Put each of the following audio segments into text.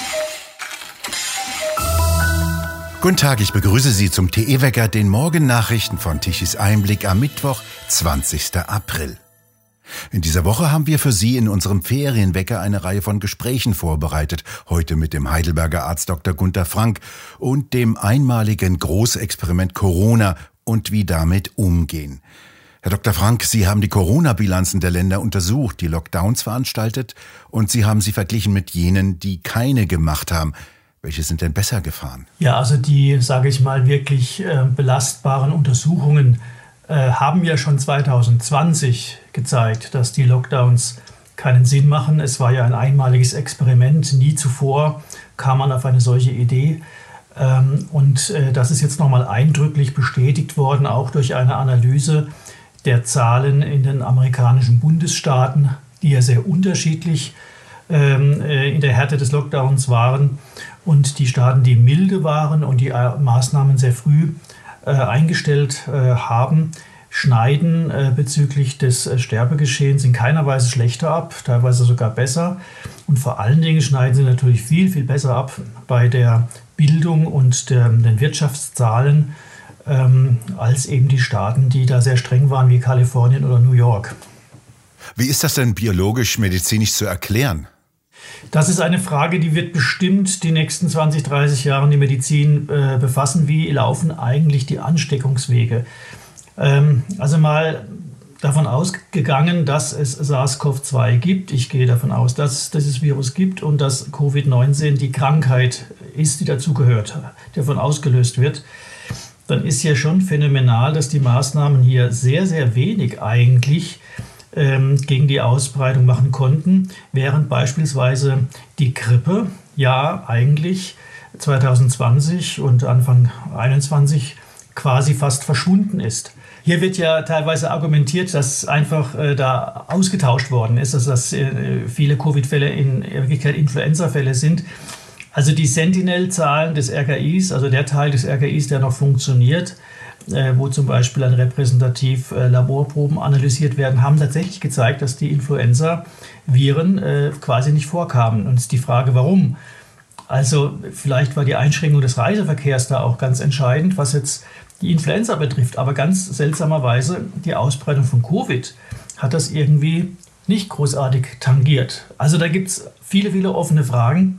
Guten Tag, ich begrüße Sie zum TE-Wecker, den Morgennachrichten von Tichys Einblick am Mittwoch, 20. April. In dieser Woche haben wir für Sie in unserem Ferienwecker eine Reihe von Gesprächen vorbereitet. Heute mit dem Heidelberger Arzt Dr. Gunther Frank und dem einmaligen Großexperiment Corona und wie damit umgehen. Herr Dr. Frank, Sie haben die Corona-Bilanzen der Länder untersucht, die Lockdowns veranstaltet und Sie haben sie verglichen mit jenen, die keine gemacht haben. Welche sind denn besser gefahren? Ja, also die, sage ich mal, wirklich belastbaren Untersuchungen haben ja schon 2020 gezeigt, dass die Lockdowns keinen Sinn machen. Es war ja ein einmaliges Experiment. Nie zuvor kam man auf eine solche Idee. Und das ist jetzt nochmal eindrücklich bestätigt worden, auch durch eine Analyse der Zahlen in den amerikanischen Bundesstaaten, die ja sehr unterschiedlich in der Härte des Lockdowns waren. Und die Staaten, die milde waren und die Maßnahmen sehr früh eingestellt haben, schneiden bezüglich des Sterbegeschehens in keiner Weise schlechter ab, teilweise sogar besser. Und vor allen Dingen schneiden sie natürlich viel, viel besser ab bei der Bildung und den Wirtschaftszahlen als eben die Staaten, die da sehr streng waren, wie Kalifornien oder New York. Wie ist das denn biologisch, medizinisch zu erklären? Das ist eine Frage, die wird bestimmt die nächsten 20, 30 Jahre die Medizin befassen. Wie laufen eigentlich die Ansteckungswege? Also mal davon ausgegangen, dass es SARS-CoV-2 gibt. Ich gehe davon aus, dass es dieses Virus gibt und dass Covid-19 die Krankheit ist, die dazugehört, die davon ausgelöst wird. Dann ist ja schon phänomenal, dass die Maßnahmen hier sehr, sehr wenig eigentlich gegen die Ausbreitung machen konnten, während beispielsweise die Grippe ja eigentlich 2020 und Anfang 2021 quasi fast verschwunden ist. Hier wird ja teilweise argumentiert, dass einfach da ausgetauscht worden ist, also dass viele Covid-Fälle in Wirklichkeit Influenza-Fälle sind. Also die Sentinel-Zahlen des RKIs, also der Teil des RKIs, der noch funktioniert, wo zum Beispiel dann repräsentativ Laborproben analysiert werden, haben tatsächlich gezeigt, dass die Influenza-Viren quasi nicht vorkamen. Und es ist die Frage, warum? Also vielleicht war die Einschränkung des Reiseverkehrs da auch ganz entscheidend, was jetzt die Influenza betrifft. Aber ganz seltsamerweise, die Ausbreitung von Covid hat das irgendwie nicht großartig tangiert. Also da gibt es viele, viele offene Fragen.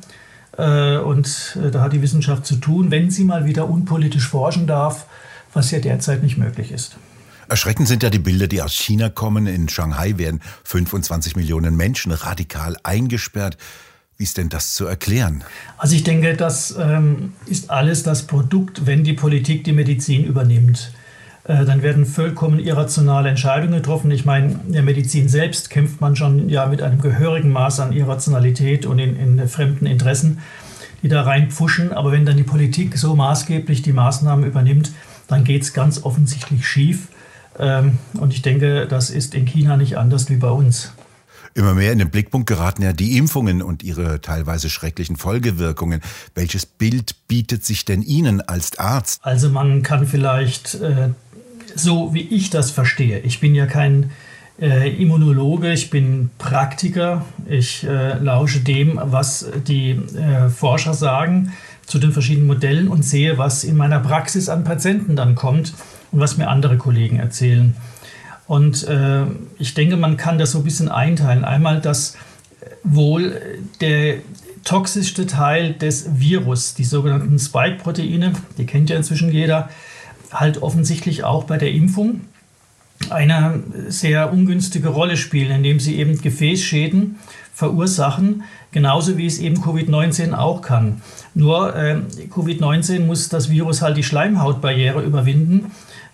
Und da hat die Wissenschaft zu tun, wenn sie mal wieder unpolitisch forschen darf, was ja derzeit nicht möglich ist. Erschreckend sind ja die Bilder, die aus China kommen. In Shanghai werden 25 Millionen Menschen radikal eingesperrt. Wie ist denn das zu erklären? Also ich denke, das ist alles das Produkt, wenn die Politik die Medizin übernimmt. Dann werden vollkommen irrationale Entscheidungen getroffen. Ich meine, in der Medizin selbst kämpft man schon ja mit einem gehörigen Maß an Irrationalität und in fremden Interessen, die da reinpfuschen. Aber wenn dann die Politik so maßgeblich die Maßnahmen übernimmt, dann geht es ganz offensichtlich schief. Und ich denke, das ist in China nicht anders wie bei uns. Immer mehr in den Blickpunkt geraten ja die Impfungen und ihre teilweise schrecklichen Folgewirkungen. Welches Bild bietet sich denn Ihnen als Arzt? Also man kann vielleicht, so wie ich das verstehe, ich bin ja kein Immunologe, ich bin Praktiker, ich lausche dem, was die Forscher sagen zu den verschiedenen Modellen und sehe, was in meiner Praxis an Patienten dann kommt und was mir andere Kollegen erzählen. Und ich denke, man kann das so ein bisschen einteilen. Einmal, dass wohl der toxischste Teil des Virus, die sogenannten Spike-Proteine, die kennt ja inzwischen jeder, halt offensichtlich auch bei der Impfung eine sehr ungünstige Rolle spielen, indem sie eben Gefäßschäden verursachen, genauso wie es eben Covid-19 auch kann. Nur Covid-19 muss das Virus halt die Schleimhautbarriere überwinden.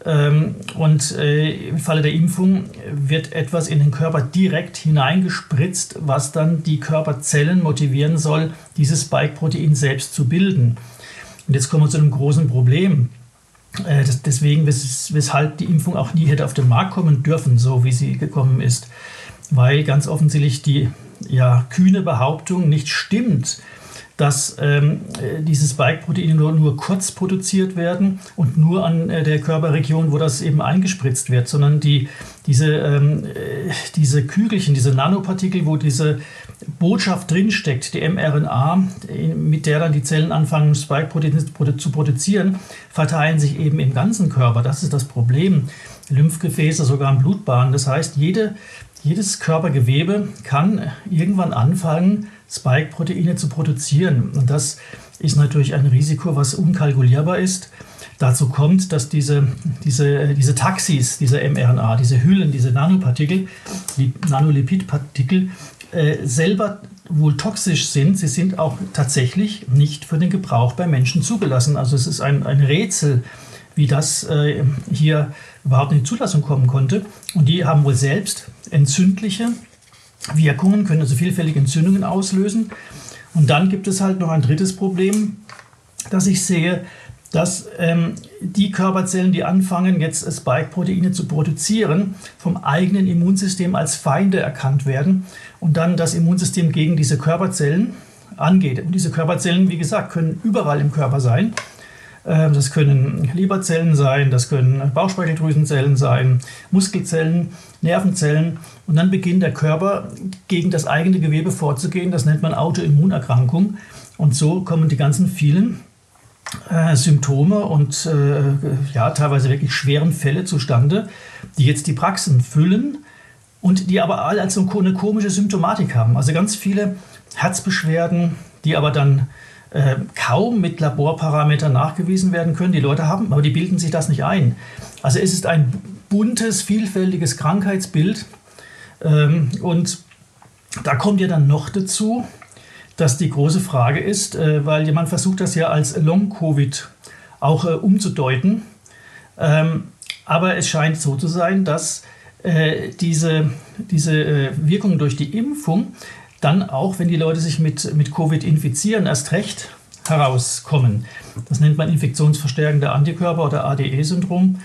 Und im Falle der Impfung wird etwas in den Körper direkt hineingespritzt, was dann die Körperzellen motivieren soll, dieses Spike-Protein selbst zu bilden. Und jetzt kommen wir zu einem großen Problem. Deswegen, weshalb die Impfung auch nie hätte auf den Markt kommen dürfen, so wie sie gekommen ist. Weil ganz offensichtlich die kühne Behauptung nicht stimmt, dass diese Spike-Proteine nur kurz produziert werden und nur an der Körperregion, wo das eben eingespritzt wird, sondern diese Kügelchen, diese Nanopartikel, wo diese Botschaft drinsteckt, die mRNA, mit der dann die Zellen anfangen, Spike-Proteine zu produzieren, verteilen sich eben im ganzen Körper. Das ist das Problem. Lymphgefäße, sogar in Blutbahnen. Das heißt, jedes Körpergewebe kann irgendwann anfangen, Spike-Proteine zu produzieren. Und das ist natürlich ein Risiko, was unkalkulierbar ist. Dazu kommt, dass diese Taxis, diese mRNA, diese Hüllen, diese Nanopartikel, die Nanolipidpartikel, selber wohl toxisch sind. Sie sind auch tatsächlich nicht für den Gebrauch bei Menschen zugelassen. Also es ist ein Rätsel, wie das hier überhaupt in die Zulassung kommen konnte. Und die haben wohl selbst entzündliche Wirkungen, können also vielfältige Entzündungen auslösen. Und dann gibt es halt noch ein drittes Problem, das ich sehe, dass die Körperzellen, die anfangen, jetzt Spike-Proteine zu produzieren, vom eigenen Immunsystem als Feinde erkannt werden und dann das Immunsystem gegen diese Körperzellen angeht. Und diese Körperzellen, wie gesagt, können überall im Körper sein. Das können Leberzellen sein, das können Bauchspeicheldrüsenzellen sein, Muskelzellen, Nervenzellen. Und dann beginnt der Körper gegen das eigene Gewebe vorzugehen. Das nennt man Autoimmunerkrankung. Und so kommen die ganzen vielen Symptome und teilweise wirklich schweren Fälle zustande, die jetzt die Praxen füllen und die aber alle als so eine komische Symptomatik haben. Also ganz viele Herzbeschwerden, die aber dann kaum mit Laborparametern nachgewiesen werden können. Die Leute haben, aber die bilden sich das nicht ein. Also es ist ein buntes, vielfältiges Krankheitsbild. Und da kommt ja dann noch dazu, dass die große Frage ist, weil jemand versucht das ja als Long-Covid auch umzudeuten. Aber es scheint so zu sein, dass diese Wirkung durch die Impfung dann auch, wenn die Leute sich mit Covid infizieren, erst recht herauskommen. Das nennt man infektionsverstärkende Antikörper oder ADE-Syndrom.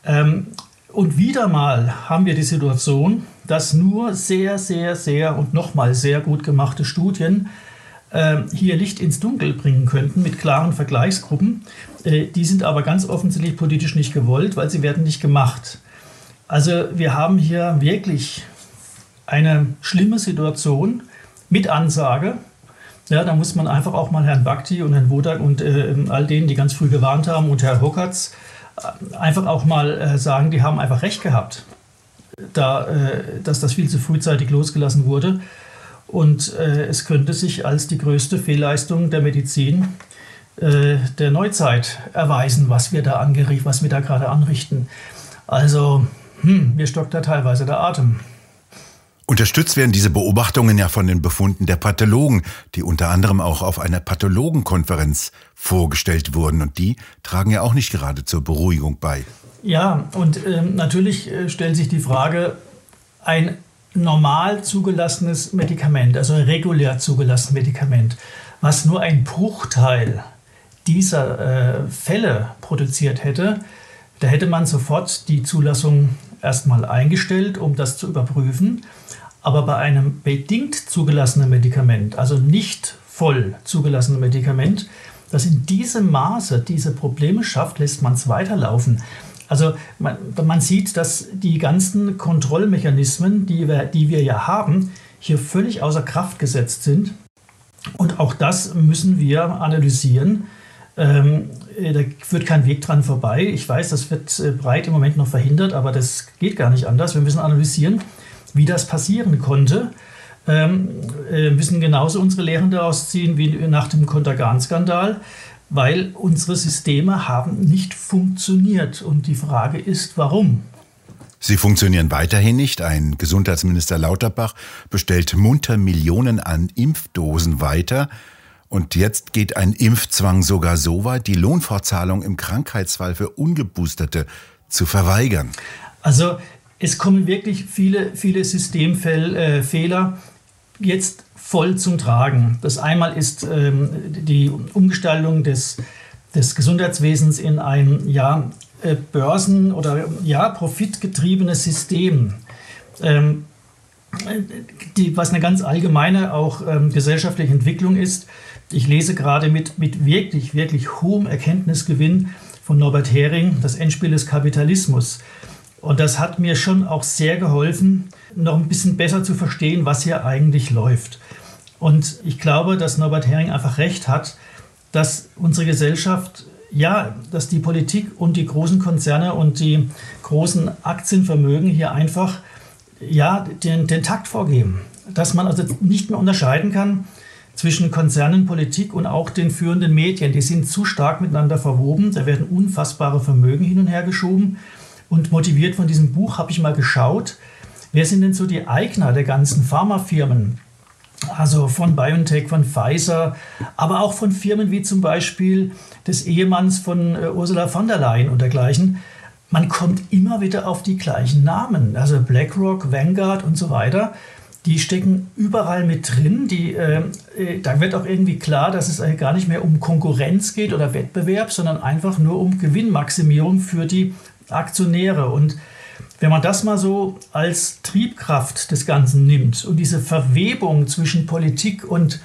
Und wieder mal haben wir die Situation, dass nur sehr, sehr, sehr und nochmal sehr gut gemachte Studien hier Licht ins Dunkel bringen könnten mit klaren Vergleichsgruppen. Die sind aber ganz offensichtlich politisch nicht gewollt, weil sie werden nicht gemacht. Also wir haben hier wirklich eine schlimme Situation mit Ansage. Ja, da muss man einfach auch mal Herrn Bhakti und Herrn Wodak und all denen, die ganz früh gewarnt haben, und Herr Hokatz einfach auch mal sagen, die haben einfach recht gehabt, dass das viel zu frühzeitig losgelassen wurde. Und es könnte sich als die größte Fehlleistung der Medizin der Neuzeit erweisen, was wir da gerade anrichten. Also, mir stockt da teilweise der Atem. Unterstützt werden diese Beobachtungen ja von den Befunden der Pathologen, die unter anderem auch auf einer Pathologenkonferenz vorgestellt wurden. Und die tragen ja auch nicht gerade zur Beruhigung bei. Ja, und natürlich stellt sich die Frage, ein normal zugelassenes Medikament, also ein regulär zugelassenes Medikament, was nur ein Bruchteil dieser Fälle produziert hätte, da hätte man sofort die Zulassung erstmal eingestellt, um das zu überprüfen. Aber bei einem bedingt zugelassenen Medikament, also nicht voll zugelassenen Medikament, das in diesem Maße diese Probleme schafft, lässt man es weiterlaufen. Also man sieht, dass die ganzen Kontrollmechanismen, die wir ja haben, hier völlig außer Kraft gesetzt sind. Und auch das müssen wir analysieren. Da führt kein Weg dran vorbei. Ich weiß, das wird breit im Moment noch verhindert, aber das geht gar nicht anders. Wir müssen analysieren, wie das passieren konnte. Wir müssen genauso unsere Lehren daraus ziehen wie nach dem Contergan-Skandal, weil unsere Systeme haben nicht funktioniert. Und die Frage ist, warum? Sie funktionieren weiterhin nicht. Ein Gesundheitsminister Lauterbach bestellt munter Millionen an Impfdosen weiter. Und jetzt geht ein Impfzwang sogar so weit, die Lohnfortzahlung im Krankheitsfall für Ungeboosterte zu verweigern. Also es kommen wirklich viele Systemfehler jetzt voll zum Tragen. Das einmal ist die Umgestaltung des Gesundheitswesens in ein börsen- oder profitgetriebenes System, was eine ganz allgemeine auch gesellschaftliche Entwicklung ist. Ich lese gerade mit wirklich, wirklich hohem Erkenntnisgewinn von Norbert Hering das Endspiel des Kapitalismus. Und das hat mir schon auch sehr geholfen, noch ein bisschen besser zu verstehen, was hier eigentlich läuft. Und ich glaube, dass Norbert Hering einfach recht hat, dass unsere Gesellschaft, ja, dass die Politik und die großen Konzerne und die großen Aktienvermögen hier einfach den Takt vorgeben. Dass man also nicht mehr unterscheiden kann zwischen Konzernen, Politik und auch den führenden Medien. Die sind zu stark miteinander verwoben. Da werden unfassbare Vermögen hin und her geschoben. Und motiviert von diesem Buch habe ich mal geschaut, wer sind denn so die Eigner der ganzen Pharmafirmen? Also von BioNTech, von Pfizer, aber auch von Firmen wie zum Beispiel des Ehemanns von Ursula von der Leyen und dergleichen. Man kommt immer wieder auf die gleichen Namen. Also BlackRock, Vanguard und so weiter. Die stecken überall mit drin. Da wird auch irgendwie klar, dass es gar nicht mehr um Konkurrenz geht oder Wettbewerb, sondern einfach nur um Gewinnmaximierung für die Aktionäre. Und wenn man das mal so als Triebkraft des Ganzen nimmt und diese Verwebung zwischen Politik und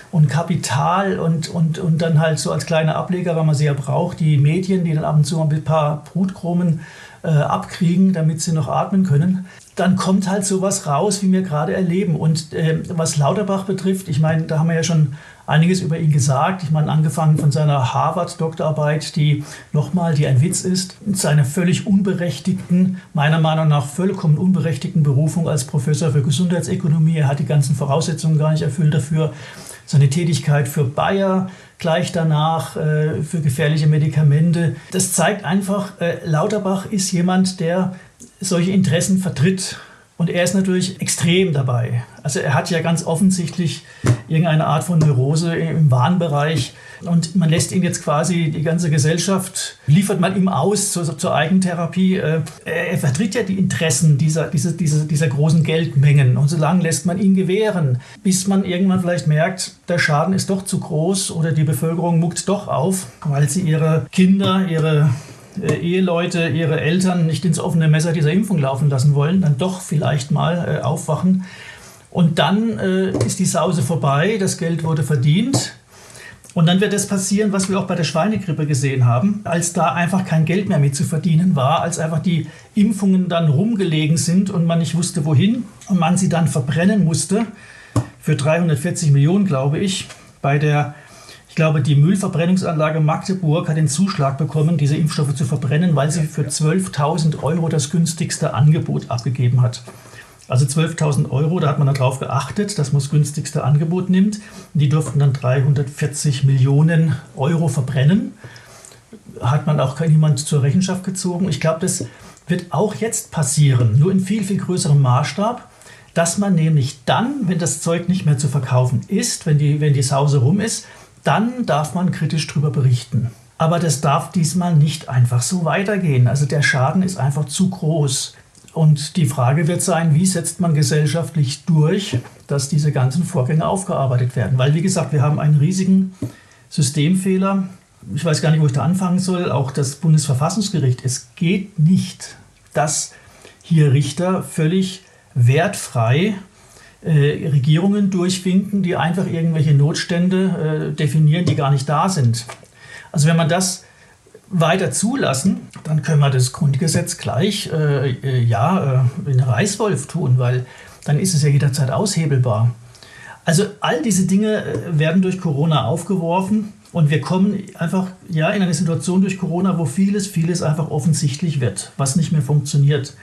Kapital und dann halt so als kleine Ableger, weil man sie ja braucht, die Medien, die dann ab und zu mal ein paar Brutkrumen abkriegen, damit sie noch atmen können, dann kommt halt sowas raus, wie wir gerade erleben. Und was Lauterbach betrifft, ich meine, da haben wir ja schon einiges über ihn gesagt. Ich meine, angefangen von seiner Harvard-Doktorarbeit, die ein Witz ist, seiner völlig unberechtigten, meiner Meinung nach vollkommen unberechtigten Berufung als Professor für Gesundheitsökonomie. Er hat die ganzen Voraussetzungen gar nicht erfüllt dafür. Seine Tätigkeit für Bayer gleich danach, für gefährliche Medikamente. Das zeigt einfach, Lauterbach ist jemand, der solche Interessen vertritt. Und er ist natürlich extrem dabei. Also er hat ja ganz offensichtlich irgendeine Art von Neurose im Wahnbereich. Und man lässt ihn jetzt quasi, die ganze Gesellschaft, liefert man ihm aus zur Eigentherapie. Er vertritt ja die Interessen dieser großen Geldmengen. Und so lange lässt man ihn gewähren, bis man irgendwann vielleicht merkt, der Schaden ist doch zu groß oder die Bevölkerung muckt doch auf, weil sie ihre Kinder, ihre Eheleute, ihre Eltern nicht ins offene Messer dieser Impfung laufen lassen wollen, dann doch vielleicht mal aufwachen. Und dann ist die Sause vorbei, das Geld wurde verdient. Und dann wird das passieren, was wir auch bei der Schweinegrippe gesehen haben, als da einfach kein Geld mehr mit zu verdienen war, als einfach die Impfungen dann rumgelegen sind und man nicht wusste, wohin. Und man sie dann verbrennen musste, für 340 Millionen, glaube ich, ich glaube, die Müllverbrennungsanlage Magdeburg hat den Zuschlag bekommen, diese Impfstoffe zu verbrennen, weil sie für 12.000 € das günstigste Angebot abgegeben hat. Also 12.000 €, da hat man darauf geachtet, dass man das günstigste Angebot nimmt. Die durften dann 340 Millionen € verbrennen. Hat man auch niemand zur Rechenschaft gezogen. Ich glaube, das wird auch jetzt passieren, nur in viel, viel größerem Maßstab, dass man nämlich dann, wenn das Zeug nicht mehr zu verkaufen ist, wenn die Sause rum ist, dann darf man kritisch darüber berichten. Aber das darf diesmal nicht einfach so weitergehen. Also der Schaden ist einfach zu groß. Und die Frage wird sein, wie setzt man gesellschaftlich durch, dass diese ganzen Vorgänge aufgearbeitet werden. Weil, wie gesagt, wir haben einen riesigen Systemfehler. Ich weiß gar nicht, wo ich da anfangen soll. Auch das Bundesverfassungsgericht. Es geht nicht, dass hier Richter völlig wertfrei Regierungen durchwinken, die einfach irgendwelche Notstände definieren, die gar nicht da sind. Also wenn man das weiter zulassen, dann können wir das Grundgesetz gleich in Reißwolf tun, weil dann ist es ja jederzeit aushebelbar. Also all diese Dinge werden durch Corona aufgeworfen und wir kommen einfach in eine Situation durch Corona, wo vieles einfach offensichtlich wird, was nicht mehr funktioniert.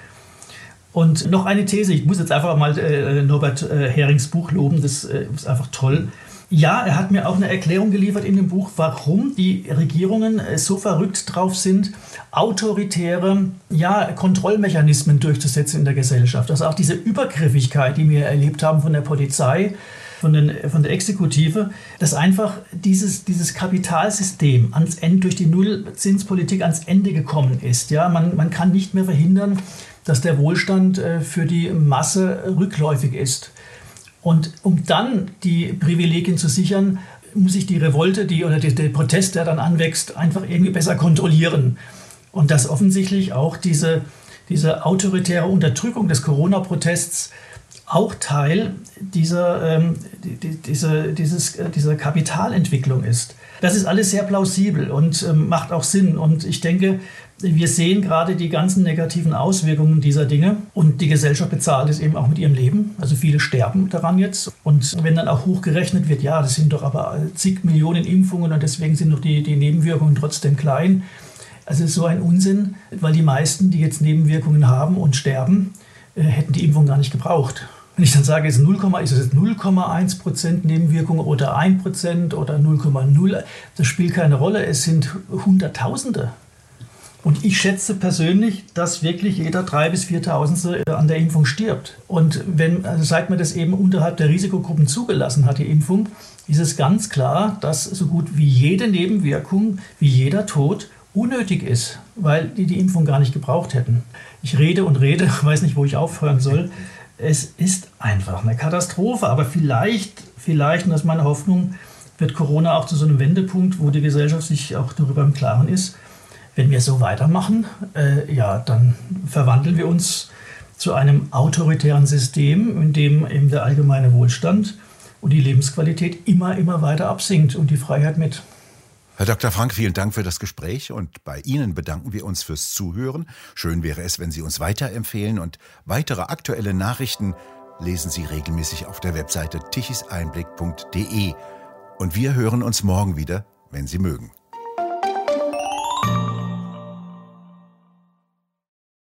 Und noch eine These, ich muss jetzt einfach mal Norbert Herings Buch loben, das ist einfach toll. Ja, er hat mir auch eine Erklärung geliefert in dem Buch, warum die Regierungen so verrückt drauf sind, autoritäre Kontrollmechanismen durchzusetzen in der Gesellschaft. Also auch diese Übergriffigkeit, die wir erlebt haben von der Polizei, von der Exekutive, dass einfach dieses Kapitalsystem ans Ende, durch die Nullzinspolitik ans Ende gekommen ist. Ja, man kann nicht mehr verhindern, dass der Wohlstand für die Masse rückläufig ist. Und um dann die Privilegien zu sichern, muss ich die Revolte, der Protest, der dann anwächst, einfach irgendwie besser kontrollieren. Und dass offensichtlich auch diese autoritäre Unterdrückung des Corona-Protests auch Teil dieser Kapitalentwicklung ist. Das ist alles sehr plausibel und macht auch Sinn. Und ich denke, wir sehen gerade die ganzen negativen Auswirkungen dieser Dinge. Und die Gesellschaft bezahlt es eben auch mit ihrem Leben. Also viele sterben daran jetzt. Und wenn dann auch hochgerechnet wird, ja, das sind doch aber zig Millionen Impfungen und deswegen sind doch die Nebenwirkungen trotzdem klein. Also so ein Unsinn, weil die meisten, die jetzt Nebenwirkungen haben und sterben, hätten die Impfung gar nicht gebraucht. Wenn ich dann sage, ist es jetzt 0,1% Nebenwirkung oder 1% oder 0,0, das spielt keine Rolle. Es sind Hunderttausende. Und ich schätze persönlich, dass wirklich jeder 3.000 bis 4.000 an der Impfung stirbt. Und seit man das eben unterhalb der Risikogruppen zugelassen hat, die Impfung, ist es ganz klar, dass so gut wie jede Nebenwirkung, wie jeder Tod unnötig ist, weil die Impfung gar nicht gebraucht hätten. Ich rede und rede, weiß nicht, wo ich aufhören soll. Es ist einfach eine Katastrophe, aber vielleicht, und das ist meine Hoffnung, wird Corona auch zu so einem Wendepunkt, wo die Gesellschaft sich auch darüber im Klaren ist. Wenn wir so weitermachen, dann verwandeln wir uns zu einem autoritären System, in dem eben der allgemeine Wohlstand und die Lebensqualität immer weiter absinkt und die Freiheit mit. Herr Dr. Frank, vielen Dank für das Gespräch und bei Ihnen bedanken wir uns fürs Zuhören. Schön wäre es, wenn Sie uns weiterempfehlen und weitere aktuelle Nachrichten lesen Sie regelmäßig auf der Webseite tichiseinblick.de. Und wir hören uns morgen wieder, wenn Sie mögen.